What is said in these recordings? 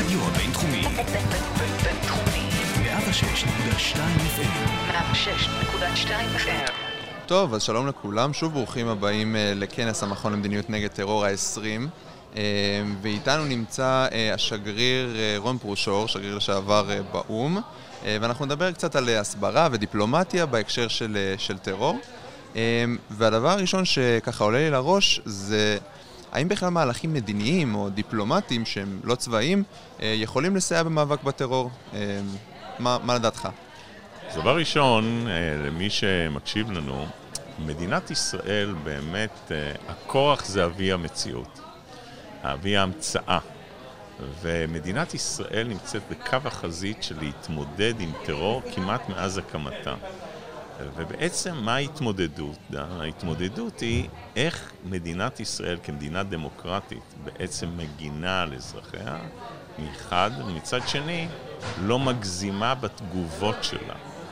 הרדיו הבינתחומי. בינתחומי. 106.2 FM. 106.2 FM. טוב, אז שלום לכולם, שוב ברוכים הבאים לכנס המכון למדיניות נגד טרור ה-20, ואיתנו נמצא השגריר רון פרושור, שגריר לשעבר באום, ואנחנו נדבר קצת על הסברה ודיפלומטיה בהקשר של טרור. והדבר הראשון שככה עולה לי לראש זה האם בכלל מהלכים מדיניים או דיפלומטיים שהם לא צבאיים יכולים לסייע במאבק בטרור? מה לדעתך? דבר ראשון, למי שמקשיב לנו, מדינת ישראל באמת, הכוח זה אבי המציאות, אבי ההמצאה. ומדינת ישראל נמצאת בקו החזית של להתמודד עם טרור כמעט מאז הקמתה. ובעצם מה ההתמודדות? ההתמודדות היא איך מדינת ישראל כמדינה דמוקרטית בעצם מגינה על אזרחיה מחד, ומצד שני לא מגזימה בתגובות שלה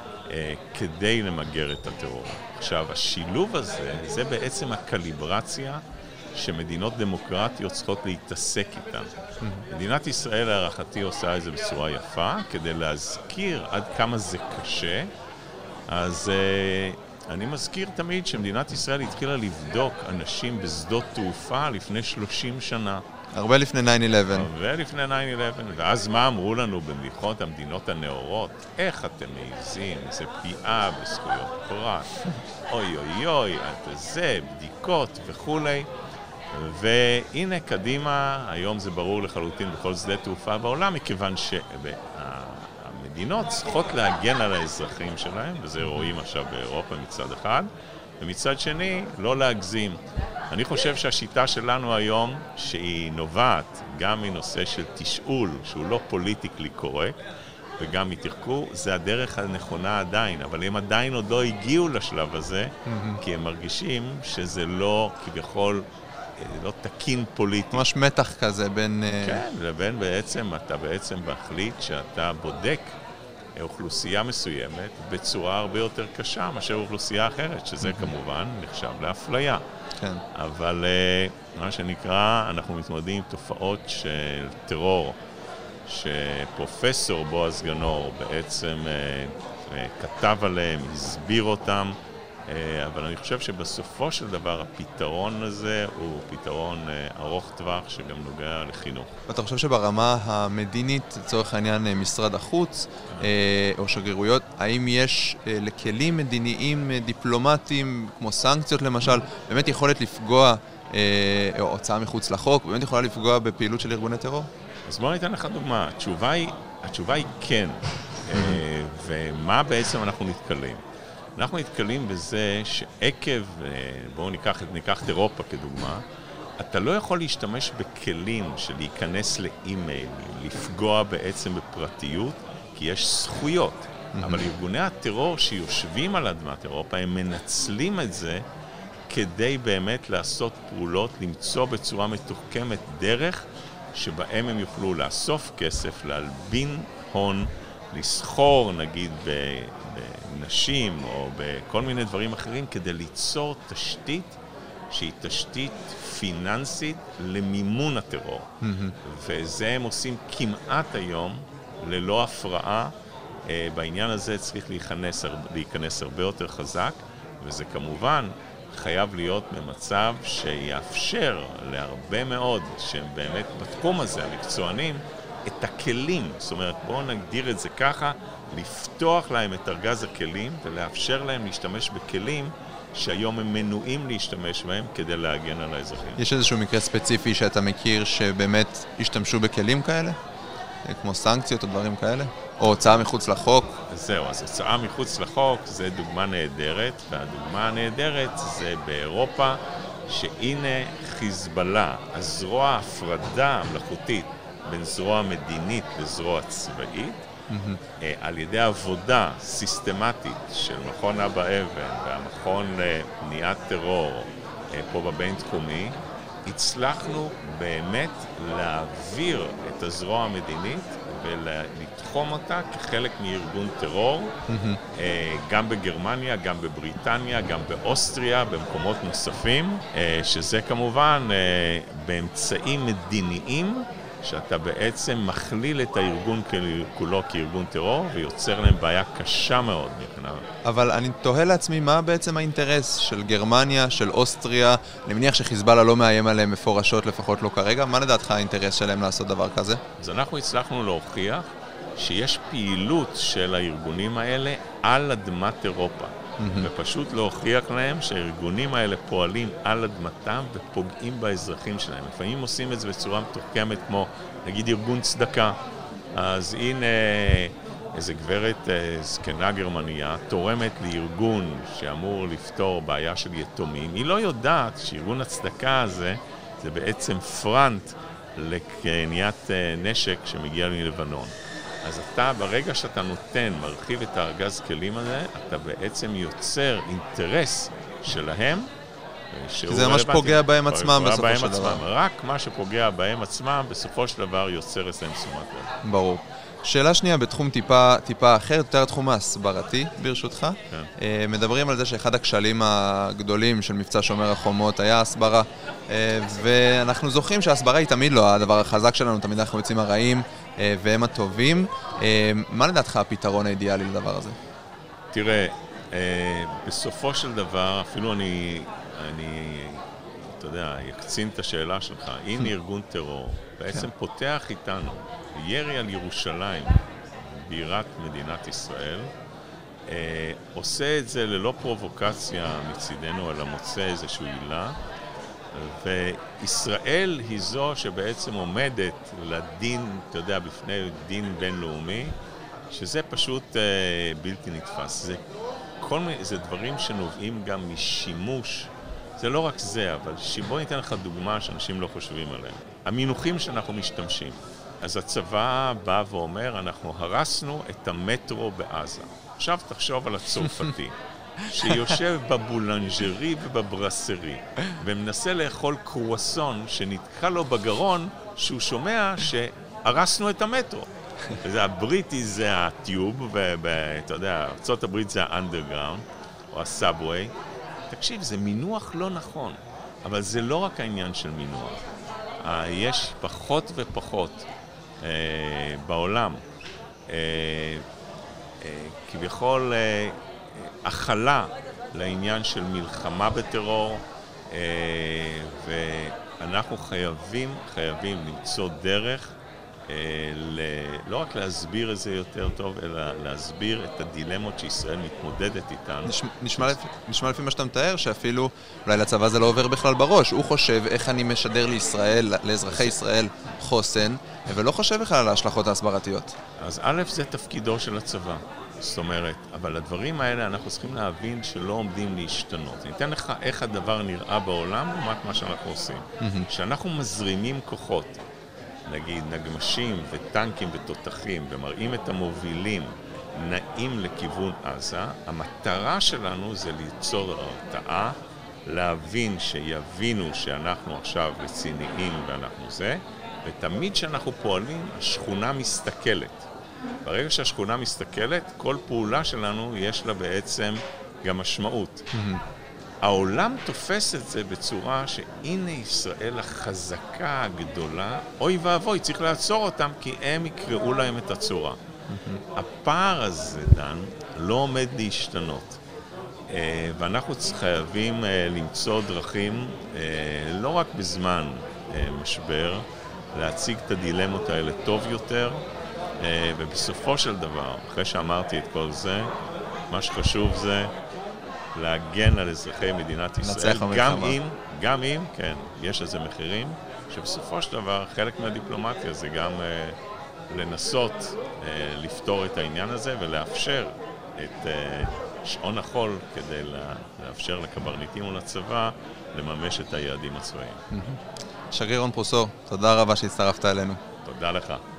כדי למגר את הטרור. עכשיו, השילוב הזה, זה בעצם הקליברציה שמדינות דמוקרטיות צריכות להתעסק איתן. מדינת ישראל, הערכתי, עושה את זה בצורה יפה, כדי להזכיר עד כמה זה קשה. אז אני מזכיר תמיד שמדינת ישראל התחילה לבדוק אנשים בשדות תעופה לפני 30 שנה. הרבה לפני 9/11. הרבה לפני 9/11, ואז מה אמרו לנו במליחות המדינות הנאורות? איך אתם מעיזים? זה פגיעה בזכויות פרט. אוי אוי אוי, זה, בדיקות וכולי. והנה קדימה, היום זה ברור לחלוטין בכל שדה תעופה בעולם, מכיוון שהמדינות צריכות להגן על האזרחים שלהם, וזה רואים עכשיו באירופה מצד אחד, ומצד שני, לא להגזים. אני חושב שהשיטה שלנו היום, שהיא נובעת גם מנושא של תשאול, שהוא לא פוליטיקלי קורקט, וגם מתחקור, זה הדרך הנכונה עדיין, אבל הם עדיין עוד לא הגיעו לשלב הזה, כי הם מרגישים שזה לא כביכול, לא תקין פוליטי. ממש מתח כזה בין... כן, לבין בעצם, אתה בעצם מחליט שאתה בודק אוכלוסייה מסוימת בצורה הרבה יותר קשה מאשר אוכלוסייה אחרת, שזה כמובן נחשב לאפליה. כן. אבל מה שנקרא, אנחנו מתמודדים עם תופעות של טרור, שפרופסור בועז גנור בעצם כתב עליהם, הסביר אותם, אבל אני חושב שבסופו של דבר הפתרון הזה הוא פתרון ארוך טווח שגם נוגע לחינוך. ואתה חושב שברמה המדינית, לצורך העניין משרד החוץ או שגרירויות, האם יש לכלים מדיניים דיפלומטיים כמו סנקציות למשל, באמת יכולת לפגוע, או הוצאה מחוץ לחוק, באמת יכולה לפגוע בפעילות של ארגוני טרור? אז בואו ניתן לך דוגמה. התשובה היא כן. ומה בעצם אנחנו נתקלים? אנחנו נתקלים בזה שעקב, בואו ניקח את אירופה כדוגמה, אתה לא יכול להשתמש בכלים של להיכנס לאימייל, לפגוע בעצם בפרטיות, כי יש זכויות. אבל ארגוני הטרור שיושבים על אדמת אירופה, הם מנצלים את זה כדי באמת לעשות פעולות, למצוא בצורה מתוחכמת דרך שבהם הם יוכלו לאסוף כסף, להלבין הון, לסחור נגיד בנשים או בכל מיני דברים אחרים כדי ליצור תשתית שהיא תשתית פיננסית למימון הטרור. וזה הם עושים כמעט היום ללא הפרעה. בעניין הזה צריך להיכנס הרבה יותר חזק, וזה כמובן חייב להיות במצב שיאפשר להרבה מאוד שהם באמת בתחום הזה, המקצוענים, את הכלים. זאת אומרת, בואו נגדיר את זה ככה, לפתוח להם את ארגז הכלים ולאפשר להם להשתמש בכלים שהיום הם מנועים להשתמש בהם כדי להגן על האזרחים. יש איזשהו מקרה ספציפי שאתה מכיר שבאמת השתמשו בכלים כאלה? כמו סנקציות או דברים כאלה? או הוצאה מחוץ לחוק? זהו, אז הוצאה מחוץ לחוק זה דוגמה נהדרת, והדוגמה הנהדרת זה באירופה, שהנה חיזבאללה, הזרוע ההפרדה המלאכותית בין זרוע מדינית לזרוע צבאית, על ידי עבודה סיסטמטית של מכון אבא אבן והמכון למניעת טרור פה בבינתחומי, הצלחנו באמת להעביר את הזרוע המדינית ולתחום אותה כחלק מארגון טרור, גם בגרמניה, גם בבריטניה, גם באוסטריה, במקומות נוספים, שזה כמובן באמצעים מדיניים שאתה בעצם מכליל את הארגון כולו כארגון טרור, ויוצר להם בעיה קשה מאוד מבחינה. אבל אני תוהה לעצמי מה בעצם האינטרס של גרמניה, של אוסטריה, אני מניח שחיזבאללה לא מאיים עליהם מפורשות, לפחות לא כרגע, מה לדעתך האינטרס שלהם לעשות דבר כזה? אז אנחנו הצלחנו להוכיח שיש פעילות של הארגונים האלה על אדמת אירופה. ופשוט להוכיח להם שהארגונים האלה פועלים על אדמתם ופוגעים באזרחים שלהם. לפעמים עושים את זה בצורה מתוחכמת כמו, נגיד, ארגון צדקה. אז הנה איזו גברת זקנה גרמניה תורמת לארגון שאמור לפתור בעיה של יתומים. היא לא יודעת שארגון הצדקה הזה זה בעצם פרנט לקניית נשק שמגיע מלבנון. אז אתה, ברגע שאתה נותן, מרחיב את הארגז כלים הזה, אתה בעצם יוצר אינטרס שלהם, כי זה ממש פוגע בהם עצמם בסופו של דבר. רק מה שפוגע בהם עצמם, בסופו של דבר יוצר אצלם תשומת לב. ברור. שאלה שנייה בתחום טיפה אחרת, יותר התחום ההסברתי, ברשותך. כן. מדברים על זה שאחד הכשלים הגדולים של מבצע שומר החומות היה הסברה, ואנחנו זוכרים שההסברה היא תמיד לא הדבר החזק שלנו, תמיד אנחנו יוצאים הרעים והם הטובים. מה לדעתך הפתרון האידיאלי לדבר הזה? תראה, בסופו של דבר, אפילו אני אתה יודע, יקצין את השאלה שלך. הנה ארגון טרור, בעצם פותח איתנו ירי על ירושלים, בירת מדינת ישראל, עושה את זה ללא פרובוקציה מצידנו, אלא מוצא איזושהי עילה, וישראל היא זו שבעצם עומדת לדין, אתה יודע, בפני דין בינלאומי, שזה פשוט בלתי נתפס. זה דברים שנובעים גם משימוש. זה לא רק זה, אבל בוא ניתן לך דוגמה שאנשים לא חושבים עליהם. המינוחים שאנחנו משתמשים. אז הצבא בא ואומר, אנחנו הרסנו את המטרו בעזה. עכשיו תחשוב על הצרפתי, שיושב בבולנג'רי ובברסרי, ומנסה לאכול קרואסון שנתקע לו בגרון, שהוא שומע שהרסנו את המטרו. הבריטי זה הטיוב, ואתה יודע, ארצות הברית זה האנדרגראונד, או הסאבווי. תקשיב, זה מינוח לא נכון, אבל זה לא רק העניין של מינוח. יש פחות ופחות בעולם, כביכול הכלה לעניין של מלחמה בטרור, ואנחנו חייבים למצוא דרך לא רק להסביר את זה יותר טוב, אלא להסביר את הדילמות שישראל מתמודדת איתן. נשמע לפי מה שאתה מתאר, שאפילו אולי לצבא זה לא עובר בכלל בראש. הוא חושב איך אני משדר לישראל, לאזרחי ישראל, חוסן, ולא חושב בכלל על ההשלכות ההסברתיות. אז א', זה תפקידו של הצבא. זאת אומרת, אבל הדברים האלה אנחנו צריכים להבין שלא עומדים להשתנות. אני אתן לך איך הדבר נראה בעולם, לעומת מה שאנחנו עושים. שאנחנו מזרימים כוחות, נגיד נגמשים וטנקים ותותחים, ומראים את המובילים נעים לכיוון עזה, המטרה שלנו זה ליצור הרתעה, להבין שיבינו שאנחנו עכשיו רציניים ואנחנו זה, ותמיד שאנחנו פועלים, השכונה מסתכלת. ברגע שהשכונה מסתכלת, כל פעולה שלנו יש לה בעצם גם משמעות. העולם תופס את זה בצורה שהנה ישראל החזקה הגדולה, אוי ואבוי, צריך לעצור אותם כי הם יקראו להם את הצורה. הפער הזה, דן, לא עומד להשתנות. ואנחנו חייבים למצוא דרכים, לא רק בזמן משבר, להציג את הדילמות האלה טוב יותר, ובסופו של דבר, אחרי שאמרתי את כל זה, מה שחשוב זה להגן על אזרחי מדינת ישראל, גם אם, כן, יש איזה מחירים, שבסופו של דבר חלק מהדיפלומטיה זה גם לנסות לפתור את העניין הזה ולאפשר את שעון החול כדי לאפשר לקברניטים ולצבא לממש את היעדים הצבאיים. שגריר רון פרושור, תודה רבה שהצטרפת אלינו. תודה לך.